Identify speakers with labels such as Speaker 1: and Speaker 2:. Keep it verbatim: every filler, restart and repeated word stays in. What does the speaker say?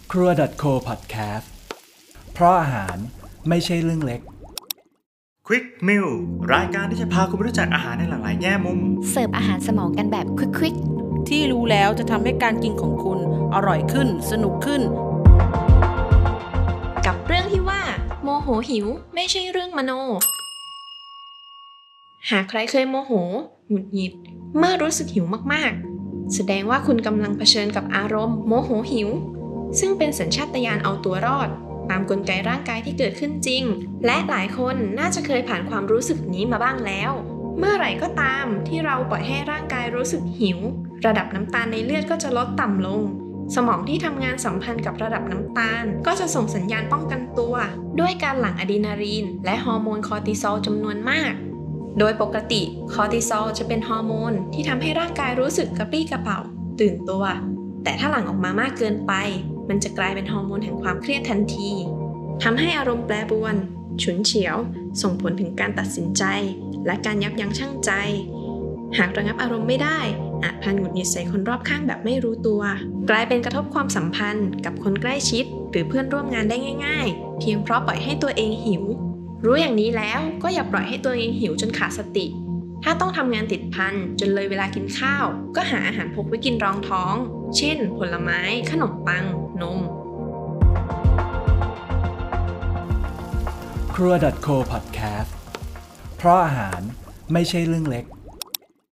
Speaker 1: ครัว .co Podcast เพราะอาหารไม่ใช่เรื่องเล็ก
Speaker 2: Quick Meal รายการที่จะพาคุณไปรู้จักอาหารในหลากหลายแง่มุม
Speaker 3: เสิร์ฟอาหารสมองกันแบบควิก
Speaker 4: ๆที่รู้แล้วจะทำให้การกินของคุณอร่อยขึ้นสนุกขึ้น
Speaker 5: กับเรื่องที่ว่าโมโหหิวไม่ใช่เรื่องมโนหากใครเคยโมโหหงุดหงิดเมื่อรู้สึกหิวมากๆแสดงว่าคุณกำลังเผชิญกับอารมณ์โมโหหิวซึ่งเป็นสัญชาตญาณเอาตัวรอดตามกลไกร่างกายที่เกิดขึ้นจริงและหลายคนน่าจะเคยผ่านความรู้สึกนี้มาบ้างแล้วเมื่อไหร่ก็ตามที่เราปล่อยให้ร่างกายรู้สึกหิวระดับน้ำตาลในเลือดก็จะลดต่ำลงสมองที่ทำงานสัมพันธ์กับระดับน้ำตาลก็จะส่งสัญญาณป้องกันตัวด้วยการหลั่งอะดรีนาลีนและฮอร์โมนคอร์ติซอลจำนวนมากโดยปกติคอร์ติซอลจะเป็นฮอร์โมนที่ทำให้ร่างกายรู้สึกกระปรี้กระเปร่าตื่นตัวแต่ถ้าหลั่งออกมามากเกินไปมันจะกลายเป็นฮอร์โมนแห่งความเครียดทันทีทำให้อารมณ์แปรปรวนฉุนเฉียวส่งผลถึงการตัดสินใจและการยับยั้งชั่งใจหากระงับอารมณ์ไม่ได้อาจพาหงุดหงิดใส่คนรอบข้างแบบไม่รู้ตัวกลายเป็นกระทบความสัมพันธ์กับคนใกล้ชิดหรือเพื่อนร่วมงานได้ง่ายๆเพียงเพราะปล่อยให้ตัวเองหิวรู้อย่างนี้แล้วก็อย่าปล่อยให้ตัวเองหิวจนขาดสติถ้าต้องทำงานติดพันจนเลยเวลากินข้าวก็หาอาหารพกไว้กินรองท้องเช่นผลไม้ขนมปังนม
Speaker 1: ครัว .co Podcast เพราะอาหารไม่ใช่เรื่องเล็ก